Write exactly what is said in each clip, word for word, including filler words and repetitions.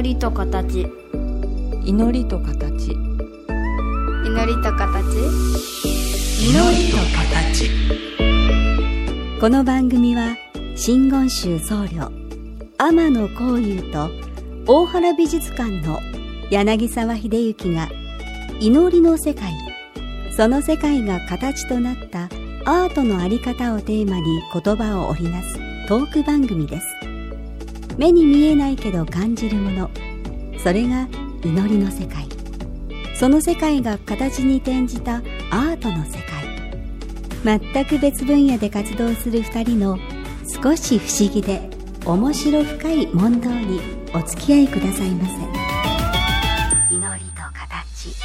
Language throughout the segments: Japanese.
祈りと形、 祈りと形、 祈りと形、 祈りと形。 この番組は真言宗僧侶天野幸雄と大原美術館の柳沢秀行が祈りの世界、その世界が形となったアートのあり方をテーマに言葉を織りなすトーク番組です。目に見えないけど感じるもの、それが祈りの世界。その世界が形に転じたアートの世界。全く別分野で活動する二人の少し不思議で面白深い問答にお付き合いくださいませ。祈りと形。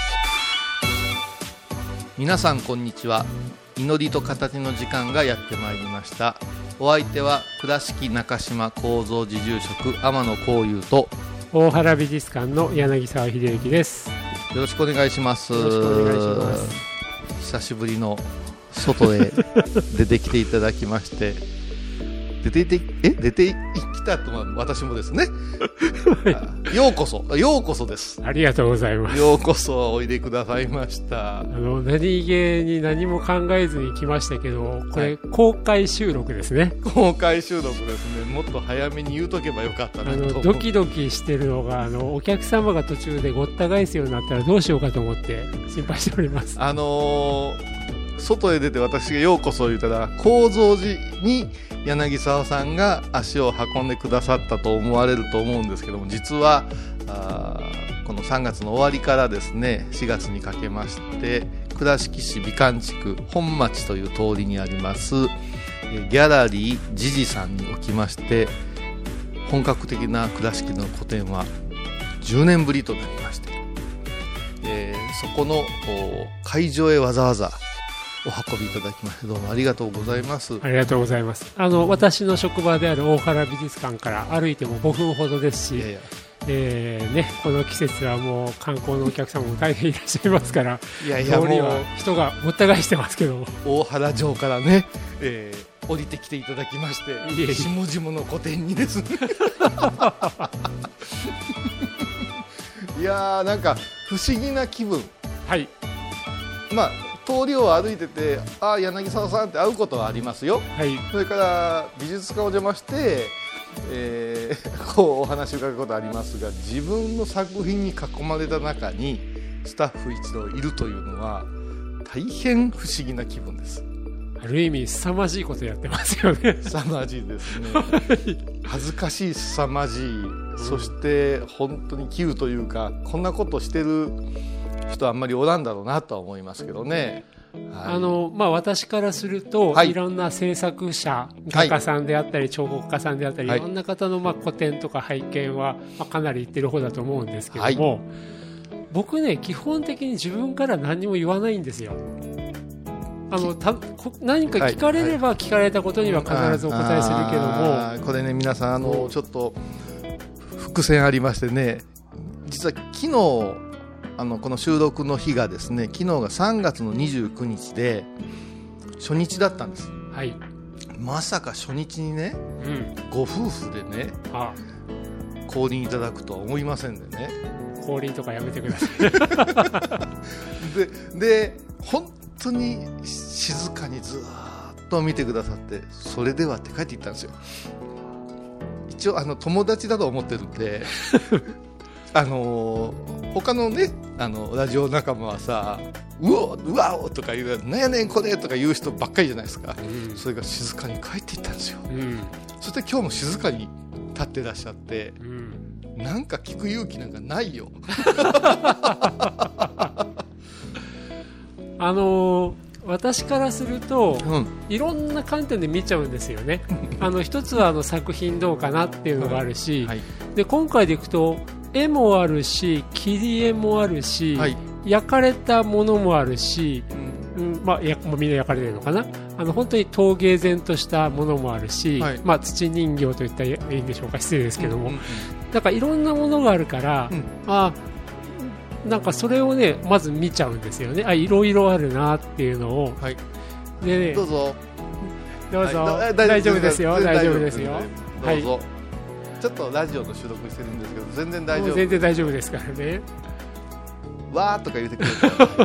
皆さんこんにちは。祈りと形の時間がやってまいりました。お相手は倉敷中島幸三寺住職天野幸雄と大原美術館の柳沢秀行です。 よろしくお願いします。 よろしくお願いします。 久しぶりの外へ出てきていただきまして出ていてえ出てきたとは私もですねようこそようこそです。 ありがとうございます。 ようこそおいでくださいました。 あの何気に何も考えずに来ましたけど、これ、はい、公開収録ですね。 公開収録ですね。もっと早めに言うとけばよかったなと。 あのドキドキしてるのが、あのお客様が途中でごった返すようになったらどうしようかと思って心配しております。 あのー外へ出て私がようこそ言ったら高蔵寺に柳沢さんが足を運んでくださったと思われると思うんですけども、実はあこのさんがつの終わりからですねしがつにかけまして倉敷市美観地区本町という通りにありますギャラリージジさんにおきまして本格的な倉敷の個展はじゅうねんぶりとなりまして、えー、そこの会場へわざわざお運びいただきましてどうもありがとうございます。 ありがとうございます。あの私の職場である大原美術館から歩いてもごふんほどですし、いやいや、えーね、この季節はもう観光のお客様も大変いらっしゃいますから、いやいや通りは人がごった返してますけども、 大原城からね、えー、降りてきていただきまして、いえ下々の個展にですねいやーなんか不思議な気分。 はい、 まあ通りを歩いてて、ああ柳沢さんって会うことはありますよ、はい、それから美術館をお邪魔して、えー、こうお話を伺うことありますが、自分の作品に囲まれた中にスタッフ一同いるというのは大変不思議な気分です。 ある意味凄まじいことやってますよね。 凄まじいですね恥ずかしい凄まじい、うん、そして本当に稀有というか、こんなことしてる人はあんまりおらんだろうなとは思いますけどね。 はい、あのまあ、私からすると、はい、いろんな制作者、画家さんであったり、はい、彫刻家さんであったり、はい、いろんな方のまあ個展とか拝見は、まあ、かなり言ってる方だと思うんですけども、はい、僕ね基本的に自分から何も言わないんですよ。あのた何か聞かれれば聞かれたことには必ずお答えするけども、 はいはい、これね皆さんあのちょっと伏線ありましてね、実は昨日あのこの収録の日がですね、昨日がさんがつのにじゅうくにちで初日だったんです、はい、まさか初日にね、うん、ご夫婦でねああ降臨いただくとは思いませんでね。 降臨とかやめてくださいで, で本当に静かにずっと見てくださって、それではって帰っていったんですよ。一応あの友達だと思ってるんであのー、他のねあのラジオ仲間はさ、うおうわおとか言う、なんやねんこれとか言う人ばっかりじゃないですか、うん、それが静かに帰っていったんですよ、うん、そして今日も静かに立ってらっしゃって、うん、なんか聞く勇気なんかないよあのー私からすると、うん、いろんな観点で見ちゃうんですよね。あの一つはあの作品どうかなっていうのがあるし、はい、で今回でいくと絵もあるし切り絵もあるし、はい、焼かれたものもあるし、うんうんまあ、やもうみんな焼かれてるのかな、あの本当に陶芸然としたものもあるし、はいまあ、土人形といったらいいんでしょうか、失礼ですけども、うんうんうん、だからいろんなものがあるから、うん、あなんかそれをねまず見ちゃうんですよね。あいろいろあるなっていうのを、はい、でねどうぞどうぞ、はい、大丈夫ですよ大丈夫ですよどうぞ、 はい、 ちょっとラジオの収録してるんですけど全然大丈夫。 全然大丈夫ですからね。 わーとか言ってくれた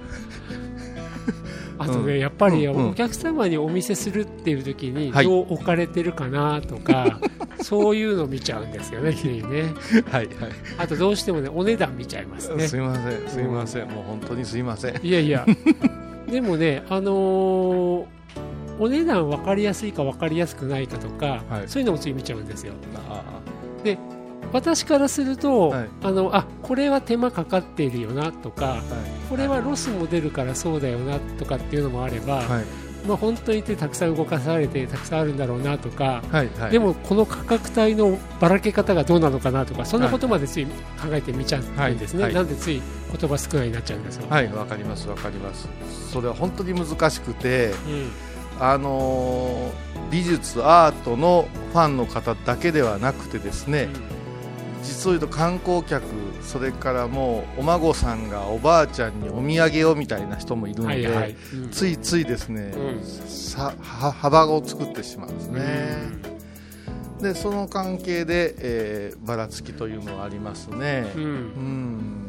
あとね、うん、やっぱりお客様にお見せするっていう時にどう置かれてるかなとか、はい、そういうの見ちゃうんですよね、きりね。はいはい。あとどうしてもね、お値段見ちゃいますね。 すいません、すいません、うん、もう本当にすいません。 いやいや、でもね、あのー、お値段分かりやすいか分かりやすくないかとか、はい、そういうのもつい見ちゃうんですよ。あで私からすると、はい、あのあこれは手間かかっているよなとか、はい、これはロスも出るからそうだよなとかっていうのもあれば、はい、まあ、本当に手たくさん動かされてたくさんあるんだろうなとか、はいはい、でもこの価格帯のばらけ方がどうなのかなとか、そんなことまでつい考えてみちゃうんですね、はいはい、なんでつい言葉少ないになっちゃうんですよ。 はい、わかりますわかります。それは本当に難しくて、うん、あのー、美術アートのファンの方だけではなくてですね、うん、実を言うと観光客、それからもうお孫さんがおばあちゃんにお土産をみたいな人もいるので、はいはい、うん、ついついですね、うん、さは幅を作ってしまうんですね、うん、でその関係で、えー、ばらつきというのがありますね、うんうん、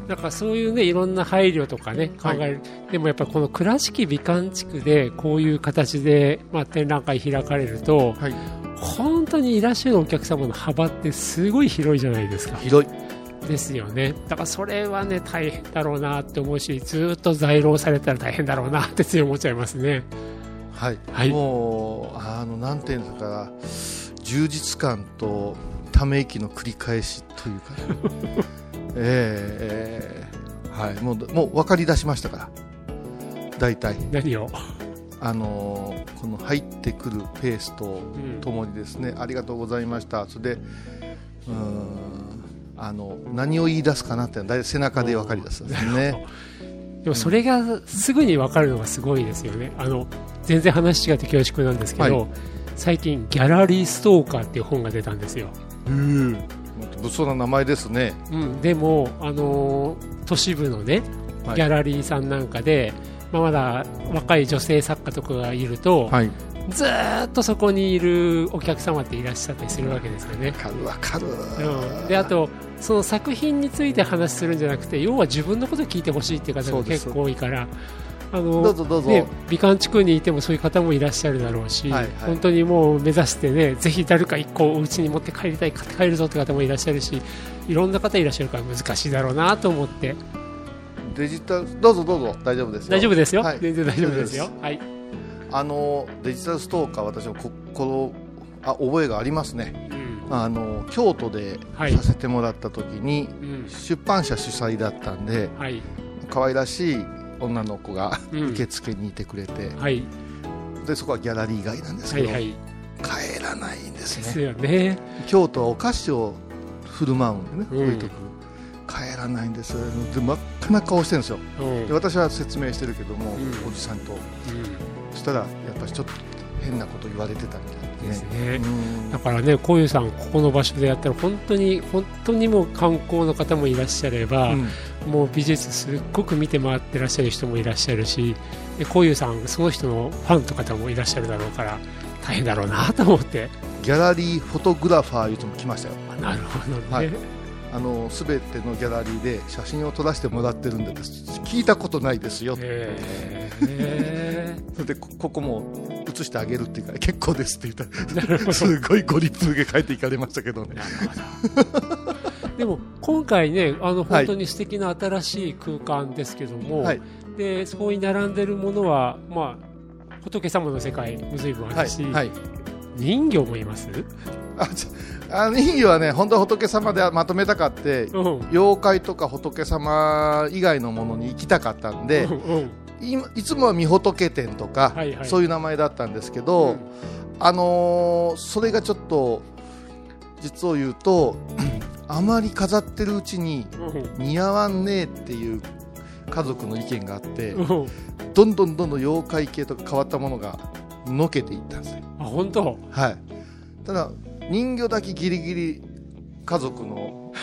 だからそういうね、いろんな配慮とかね考える、はい、でもやっぱりこの倉敷美観地区でこういう形で、まあ、展覧会開かれると、はい、本当にいらっしゃるお客様の幅ってすごい広いじゃないですか。 広いですよね。だからそれはね大変だろうなって思うし、ずっと在労されたら大変だろうなって強い思っちゃいますね。 はい、はい、もうあのなんていうんですか、充実感とため息の繰り返しというか、ね、えー、えー、はい、もうもう分かり出しましたから大体何をあのー、この入ってくるペースとともにですね、うん、ありがとうございました。それでうーんあの何を言い出すかなっていうのは大体背中で分かり出すんですね。 でもそれがすぐに分かるのがすごいですよね。あの全然話違って恐縮なんですけど、はい、最近ギャラリーストーカーっていう本が出たんですよ。うん、 物騒な名前ですね、 うん、でも、あのー、都市部のねギャラリーさんなんかで、まあ、まだ若い女性作家とかがいると、はい、ずーっとそこにいるお客様っていらっしゃったりするわけですよね。 わかるわかる、 うん、であとその作品について話するんじゃなくて、要は自分のことを聞いてほしいっていう方が結構多いから、あのどうぞどうぞ、 ね、美観地区にいてもそういう方もいらっしゃるだろうし、はいはい、本当にもう目指してね、ぜひ誰か一個お家に持って帰りたい、買って帰るぞって方もいらっしゃるし、いろんな方いらっしゃるから難しいだろうなと思って。 デジタルどうぞどうぞ、大丈夫ですよ。 大丈夫ですよ、はい、全然大丈夫ですよ。はい、 あのデジタルストーカー、私もここあ覚えがありますね、うん、あの京都でさせてもらった時に、はい、うん、出版社主催だったんで、はい、可愛らしい女の子が受付にいてくれて、うん、はい、でそこはギャラリー街なんですけど、はいはい、帰らないんですね。 ですよね。 京都はお菓子を振る舞うんでね、置いとく、帰らないんです。で真っ赤な顔してるんですよ、うん、で私は説明してるけども、うん、おじさんと、うん、そしたらやっぱりちょっと変なこと言われてたみたいなですね、うん、だからね、こういうさんここの場所でやったら本当に本当にもう観光の方もいらっしゃれば、うん、もう美術すっごく見て回ってらっしゃる人もいらっしゃるし、でこういうさんその人のファンの方もいらっしゃるだろうから大変だろうなと思って。 ギャラリーフォトグラファーいう人も来ましたよ。 なるほどね、 はい、あの全てのギャラリーで写真を撮らせてもらってるんで聞いたことないですよって、えー、それで こ, ここも写してあげるっていうから結構ですって言ったらすごいご立風で帰っていかれましたけどね。なるほどでも今回ね、あの本当に素敵な新しい空間ですけども、はい、でそこに並んでるものは、まあ、仏様の世界も随分あるし、はいはい、人魚もいます。 ああ人魚はね、本当は仏様でまとめたかって、うん、妖怪とか仏様以外のものに行きたかったんで、うんうん、い, いつもは御仏展とか、はいはい、そういう名前だったんですけど、うん、あのー、それがちょっと実を言うとあまり飾ってるうちに似合わんねえっていう家族の意見があって、うん、どんどんどんどん妖怪系とか変わったものがのけていったんですよ。 あ、本当？ はい。ただ人魚だけギリギリ家族の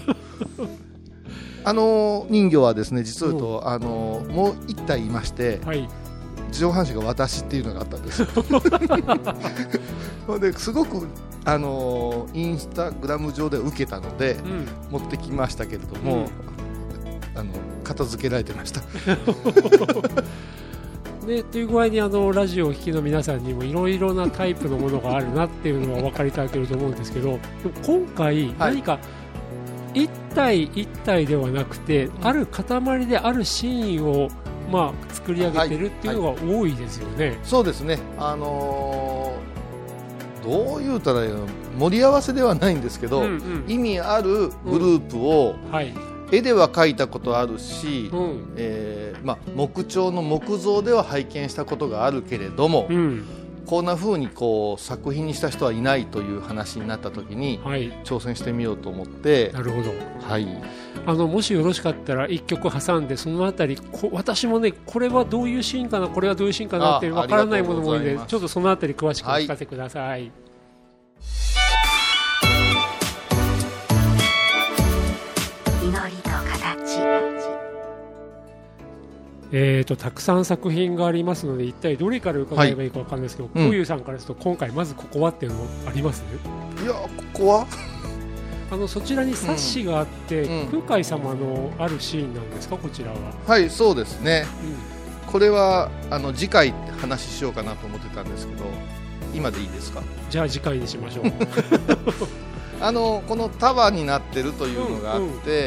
あの人魚はですね、実を言うと、うん、あのもう一体いまして、はい、上半身が私っていうのがあったんですよですごくあのー、インスタグラム上で受けたので、うん、持ってきましたけれども、うん、あの片付けられてましたでという具合にあのラジオを聴きの皆さんにもいろいろなタイプのものがあるなっていうのはお分かりいただけると思うんですけど、でも今回何か一体一体ではなくて、はい、ある塊であるシーンをまあ作り上げてるっていうのが多いですよね、はいはい、 そうですね、あのー、どう言うたらいいの、盛り合わせではないんですけど、うんうん、意味あるグループを、うん、はい、絵では描いたことあるし、うん、えーまあ、木彫の木像では拝見したことがあるけれども、うん、こんな風にこう作品にした人はいないという話になった時に、はい、挑戦してみようと思って。 なるほど、 はい、 あのもしよろしかったらいっきょく挟んでそのあたりこ私もねこれはどういうシーンかなこれはどういうシーンかなって分からないものも多いのでちょっとそのあたり詳しくお聞かせください、はい、えー、とたくさん作品がありますので一体どれから伺えばいいか分からないですけど、はい、こういうさんからすると今回まずここはっていうのあります？ いやここはあのそちらに冊子があって、うん、空海様のあるシーンなんですかこちらは？ はいそうですね、うん、これはあの次回話ししようかなと思ってたんですけど今でいいですか？ じゃあ次回にしましょうあのこの束になってるというのがあって、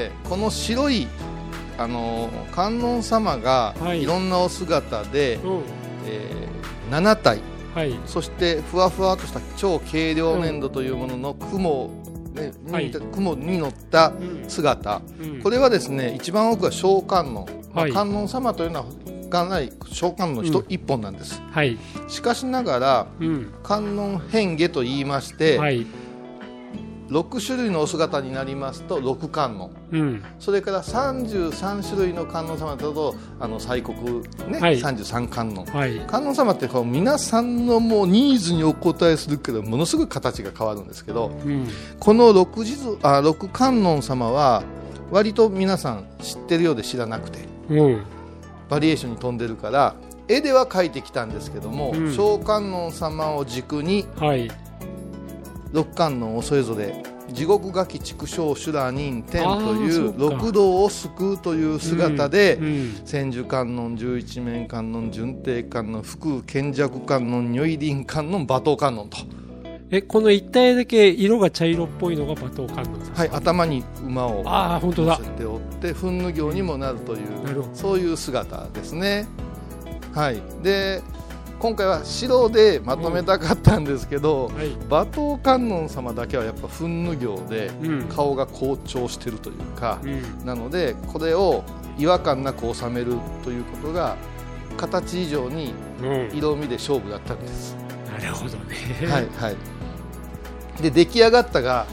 うんうん、この白いあの観音様がいろんなお姿で、はい、えー、ななたい、はい、そしてふわふわとした超軽量粘土というものの雲、ね、はい、雲に乗った姿、うんうん、これはですね一番多くは小観音、はい、まあ、観音様というのはがない小観音の一、うん、一本なんです、はい、しかしながら、うん、観音変化と言いまして、はい、ろくしゅるいのお姿になりますとろく観音、うん、それからさんじゅうさんしゅるいの観音様だとあの西国、ね、はい、さんじゅうさん観音、はい、観音様ってこう皆さんのもうニーズにお答えするけどものすごい形が変わるんですけど、うん、この 6, あろく観音様は割と皆さん知ってるようで知らなくて、うん、バリエーションに富んでるから絵では描いてきたんですけども、うん、小観音様を軸に、はい、六観音をそれぞれ地獄餓鬼畜生修羅人天という六道を救うという姿で、うんうん、千手観音、十一面観音、順帝観音、福賢弱観音、如意輪観音、馬頭観音と。 えこの一体だけ色が茶色っぽいのが馬頭観音ですか？ はい、頭に馬を乗せておって憤怒行にもなるという、そういう姿ですね。はい、で今回は白でまとめたかったんですけど、うんはい、馬頭観音様だけはやっぱ憤怒行で顔が好調してるというか、うん、なのでこれを違和感なく収めるということが形以上に色味で勝負だったんです、 うん、なるほどね、 はいはい、で出来上がったが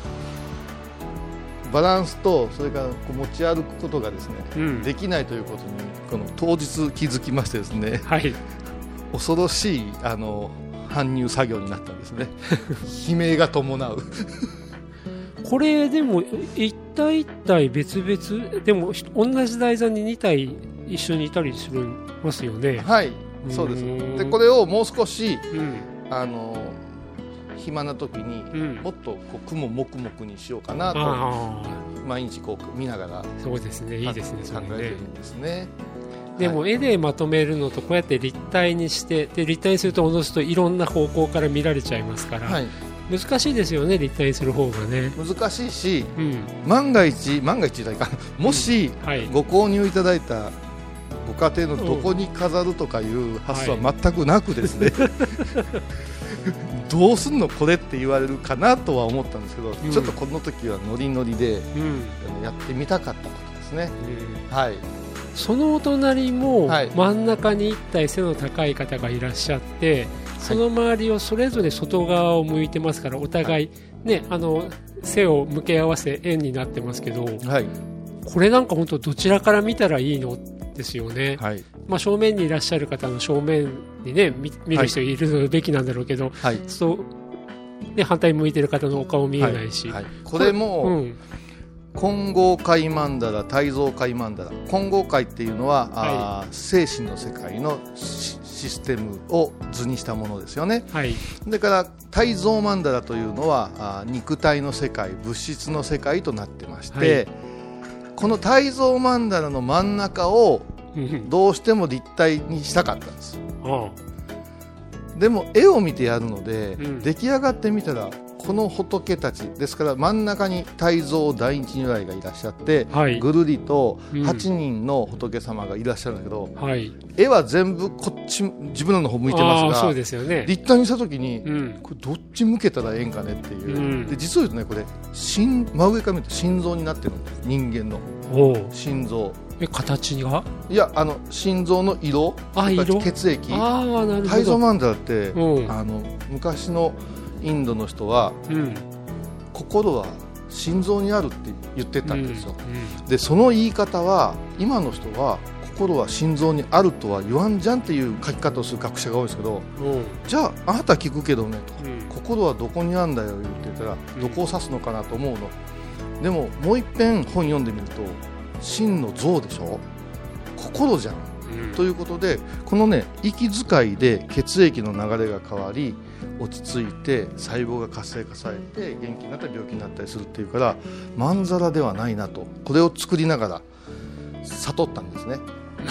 バランスとそれからこう持ち歩くことがですね、うん、できないということにこの当日気づきましてですね、はい、恐ろしいあの搬入作業になったんですね悲鳴が伴うこれでも一体一体別々でも同じ台座ににたい一緒にいたりしますよね。 はい、そうです。でこれをもう少し、うん、あの暇な時に、うん、もっとこう雲もくもくにしようかなと毎日こう見ながらそうですね、いいですね、 考えてるんですね。 でも絵でまとめるのとこうやって立体にしてで立体にするとおのずといろんな方向から見られちゃいますから、はい、難しいですよね、立体にする方がね。 難しいし、うん、万が一万が一じゃないかもし、うんはい、ご購入いただいたご家庭のどこに飾るとかいう発想は全くなくですね、はい、どうすんのこれって言われるかなとは思ったんですけど、うん、ちょっとこの時はノリノリでやってみたかったことですね、うん、はい。 そのお隣も真ん中に一体背の高い方がいらっしゃって、はい、その周りをそれぞれ外側を向いてますからお互い、ね、あの背を向け合わせ円になってますけど、はい、これなんか本当どちらから見たらいいのですよね、はい。まあ、正面にいらっしゃる方の正面に、ね、見, 見る人いるべきなんだろうけど、はい、そうね、反対に向いてる方のお顔見えないし、はいはい、 これも、うん金剛界曼荼羅、大蔵界曼荼羅。金剛界っていうのは、はい、あ精神の世界のシステムを図にしたものですよね、 はい、 だから体蔵曼荼羅というのはあ肉体の世界、物質の世界となってまして、はい、この体蔵曼荼羅の真ん中をどうしても立体にしたかったんです、うん、でも絵を見てやるので、うん、出来上がってみたらこの仏たちですから、真ん中に太蔵大日如来がいらっしゃって、はい、ぐるりとはちにんの仏様がいらっしゃるんだけど、うんはい、絵は全部こっち自分の方向いてますが、 そうですよね、 立体にした時に、うん、これどっち向けたらええんかねっていう、うん、で実を言うとね、これ心真上から見ると心臓になってるんです、人間の心臓。 え形がいや、あの心臓の色、 あ色血液、 あなるほど、 太蔵曼荼羅って、うん、あの昔のインドの人は、うん、心は心臓にあるって言ってたんですよ、うんうん、でその言い方は今の人は心は心臓にあるとは言わんじゃんっていう書き方をする学者が多いんですけど、うん、じゃああなた聞くけどねと、うん、心はどこにあるんだよ言って言ったら、どこを指すのかなと思うの、でももう一遍本読んでみると心の像でしょ、心じゃん、うん、ということで、このね息遣いで血液の流れが変わり落ち着いて細胞が活性化されて元気になったり病気になったりするっていうから、まんざらではないなと、これを作りながら悟ったんですね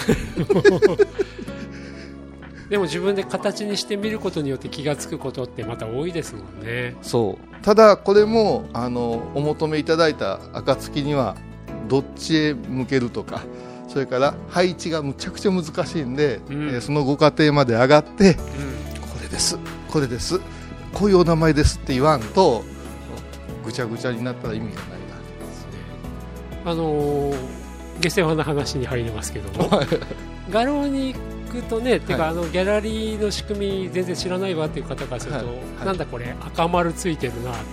でも自分で形にしてみることによって気がつくことってまた多いですもんね。 そう、ただこれもあのお求めいただいた暁にはどっちへ向けるとか、それから配置がむちゃくちゃ難しいんで、うん、えー、そのご家庭まで上がって、うん、これですこれですこういうお名前ですって言わんとぐちゃぐちゃになったら意味がないな。 あのー、下世話な話に入りますけども画廊に行くとね、てか、はい、あのギャラリーの仕組み全然知らないわっていう方からすると、はいはい、なんだこれ赤丸ついてるなって、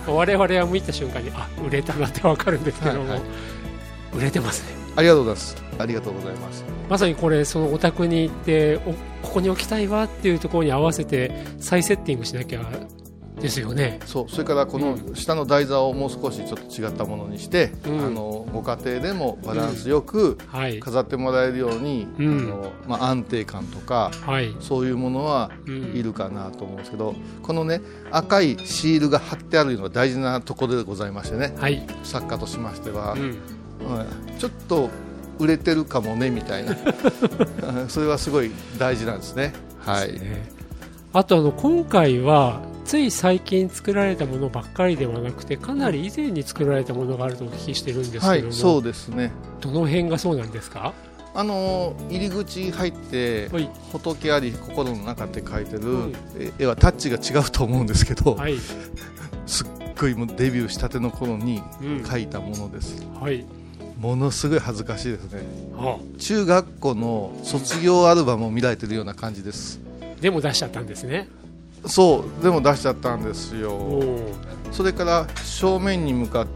はい、我々は見た瞬間にあ売れたなって分かるんですけども、はいはい、売れてますね。 ありがとうございます。ありがとうございます。 まさにこれそのお宅に行っておここに置きたいわっていうところに合わせて再セッティングしなきゃですよね。 そう、それからこの下の台座をもう少しちょっと違ったものにして、うん、あのご家庭でもバランスよく飾ってもらえるように、うん、あのまあ、安定感とか、はい、そういうものはいるかなと思うんですけど、このね赤いシールが貼ってあるのが大事なところでございましてね、はい、作家としましては、うんうん、ちょっと売れてるかもねみたいなそれはすごい大事なんですね。はい。ね、 あとあの今回はつい最近作られたものばっかりではなくて、かなり以前に作られたものがあるとお聞きしてるんですけども、はい、 そうですね。 どの辺がそうなんですか？ あの入り口入って仏あり心の中って書いてる、うん、絵はタッチが違うと思うんですけど、はい、すっごいもうデビューしたての頃に書いたものです、うん、はい、ものすごい恥ずかしいですね、はあ、中学校の卒業アルバムを見られてるような感じです。 でも出しちゃったんですね。 そうでも出しちゃったんですよ。それから正面に向かって、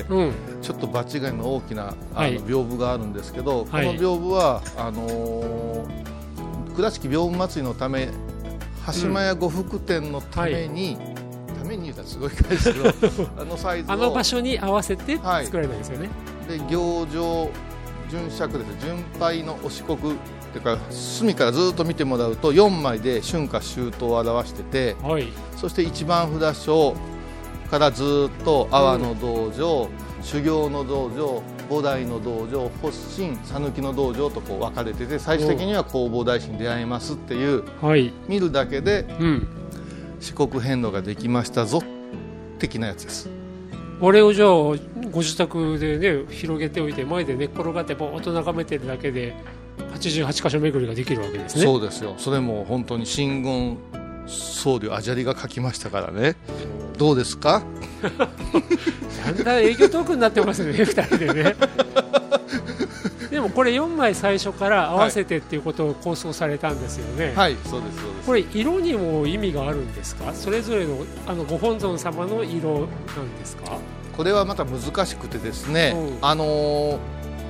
うん、ちょっと場違いの大きなあの、はい、屏風があるんですけど、はい、この屏風はあのー、倉敷屏風祭りのため羽島屋呉服店のために、うん、はい、ために言うたらすごいかいですけどあのサイズをあの場所に合わせて作られたんですよね、 はい、で行状順尺ですね、順配のお四国てか隅からずっと見てもらうとよんまいで春夏秋冬を表してて、はい、そして一番札所からずっと阿波の道場、うん、修行の道場、菩提の道場、発心、讃岐の道場とこう分かれてて、最終的には弘法大師に出会いますっていう、はい、見るだけで、うん、四国遍路ができましたぞ的なやつです。 あれをじゃあご自宅でね広げておいて前で寝っ転がってぼーっと眺めてるだけではちじゅうはちかしょ巡りができるわけですね。 そうですよ。それも本当に真言僧侶あじゃりが書きましたからね。どうですかだんだん営業トークになってますねふたりでねでもこれよんまい最初から合わせてっていうことを構想されたんですよね。 はい、そうですそうです。 これ色にも意味があるんですか？それぞれのあのご本尊様の色なんですか？ これはまた難しくてですね、うん、あのー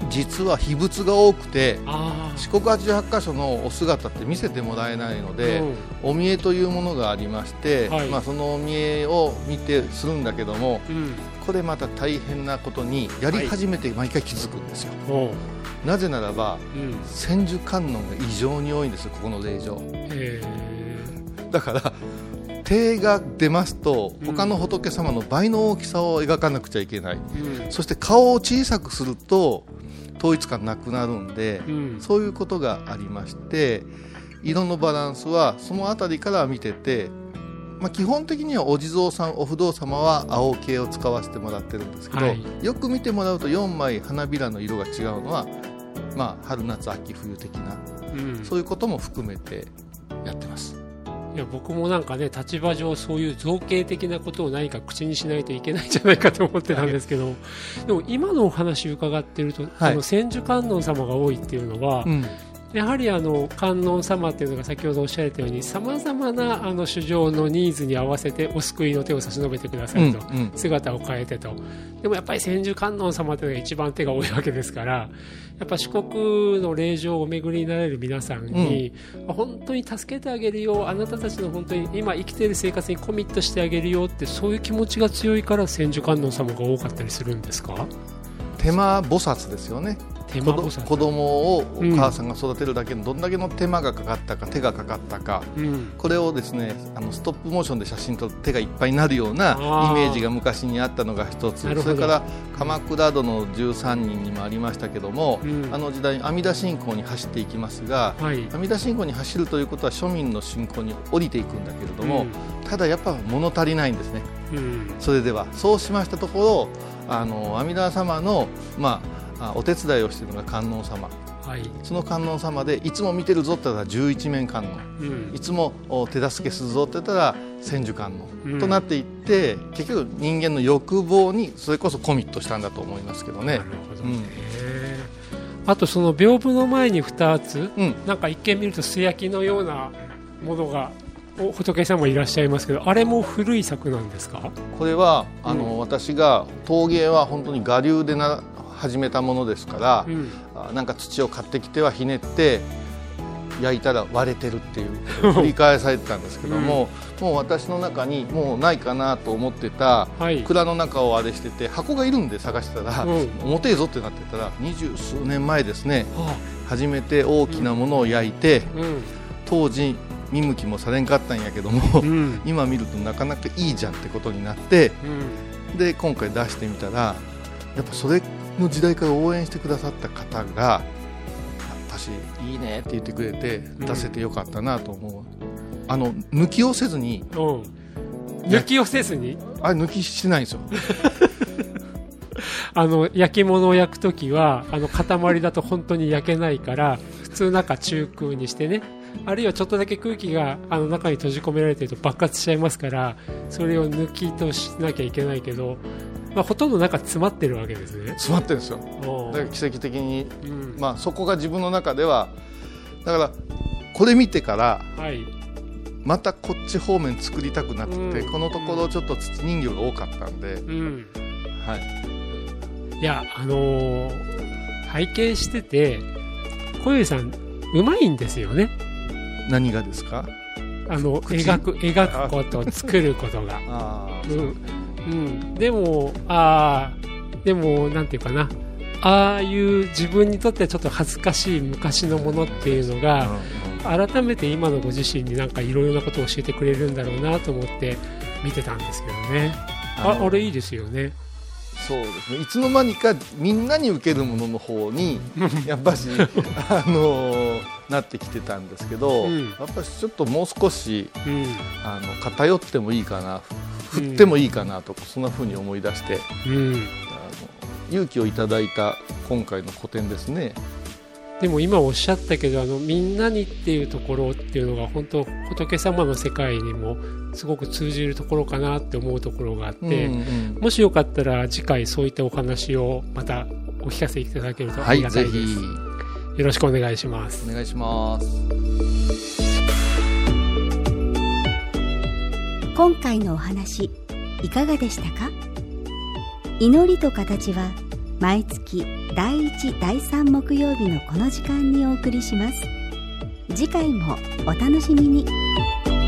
実は秘仏が多くて、 あ四国はちじゅうはちかしょのお姿って見せてもらえないので、うん、お見えというものがありまして、はい、まあ、そのお見えを見てするんだけども、うん、これまた大変なことにやり始めて毎回気づくんですよ、はい、なぜならば、うん、千手観音が異常に多いんですよ、ここの霊場。へー。だから手が出ますと他の仏様の倍の大きさを描かなくちゃいけない、うん、そして顔を小さくすると統一感なくなるんで、うん、そういうことがありまして、色のバランスはそのあたりから見てて、まあ、基本的にはお地蔵さんお不動様は青系を使わせてもらってるんですけど、はい、よく見てもらうとよんまい花びらの色が違うのは、まあ、春夏秋冬的な、うん、そういうことも含めてやってます。 いや、僕もなんかね、立場上そういう造形的なことを何か口にしないといけないんじゃないかと思ってたんですけど、はい、でも今のお話伺ってると、はい、あの千手観音様が多いっていうのは、うん、やはりあの観音様っていうのが先ほどおっしゃられたように、さまざまなあの衆生のニーズに合わせてお救いの手を差し伸べてくださいと、うんうん、姿を変えてと。でもやっぱり千手観音様というのが一番手が多いわけですから、やっぱ四国の霊場をお巡りになれる皆さんに、うん、本当に助けてあげるよ、あなたたちの本当に今生きている生活にコミットしてあげるよって、そういう気持ちが強いから千手観音様が多かったりするんですか？ 手間菩薩ですよね。 手間菩薩、 子供をお母さんが育てるだけのどんだけの手間がかかったか、手がかかったか、うん、これをですね、あのストップモーションで写真撮ると手がいっぱいになるようなイメージが昔にあったのが一つ。それから鎌倉殿のじゅうさんにんにもありましたけども、うん、あの時代阿弥陀信仰に走っていきますが、はい、阿弥陀信仰に走るということは庶民の信仰に降りていくんだけれども、うん、ただやっぱ物足りないんですね、うん、それではそうしましたところ、あの阿弥陀様の、まあ、お手伝いをしているのが観音様、はい、その観音様でいつも見てるぞって言ったら十一面観音、うん、いつも手助けするぞって言ったら千手観音、うん、となっていって、結局人間の欲望にそれこそコミットしたんだと思いますけどね。なるほどね、 うん、あとその屏風の前にふたつ、うん、なんか一見見ると素焼きのようなものが仏さんもいらっしゃいますけど、あれも古い作なんですか？ これはあの、うん、私が陶芸は本当に我流でな始めたものですから、うん、なんか土を買ってきてはひねって焼いたら割れてるっていう繰り返されてたんですけども、うん、もう私の中にもうないかなと思ってた、はい、蔵の中をあれしてて箱がいるんで探してたら、うん、重てえぞってなってたら二十数年前ですね、はあ、初めて大きなものを焼いて、うん、当時見向きもされんかったんやけども、うん、今見るとなかなかいいじゃんってことになって、うん、で今回出してみたらやっぱそれの時代から応援してくださった方がやっぱしいいねって言ってくれて出せてよかったなと思う、うん、あの抜きをせずに、うん、 抜きをせずにあれ抜きしてないんですよあの焼き物を焼くときはあの塊だと本当に焼けないから普通中中空にしてね、あるいはちょっとだけ空気があの中に閉じ込められていると爆発しちゃいますから、それを抜きとしなきゃいけないけど、まあ、ほとんど中詰まってるわけですね。 詰まってるんですよ。だから奇跡的に、うんまあ、そこが自分の中ではだからこれ見てから、はい、またこっち方面作りたくなってて、うん、このところちょっと土人形が多かったんで、うんはい、いやあのー、拝見してて小遊さんうまいんですよね。 何がですか？ あの描く描くこと作ることがあ、うんうん、でもあでもなんていうかな、ああいう自分にとってはちょっと恥ずかしい昔のものっていうのが、うん、改めて今のご自身になんかいろいろなことを教えてくれるんだろうなと思って見てたんですけどね。ああれいいですよね。 そうですね、いつの間にかみんなに受けるものの方にやっぱしあのー、なってきてたんですけど、うん、やっぱしちょっともう少し、うん、あの偏ってもいいかな、振ってもいいかなと、うん、そんな風に思い出して、うん、あの勇気をいただいた今回の個展ですね。 でも今おっしゃったけど、あのみんなにっていうところっていうのが本当仏様の世界にもすごく通じるところかなって思うところがあって、うんうん、もしよかったら次回そういったお話をまたお聞かせいただけるとありがたいです、はい、ぜひよろしくお願いします。 お願いします。 今回のお話いかがでしたか？祈りと形は毎月だいいちだいさん木曜日のこの時間にお送りします。次回もお楽しみに。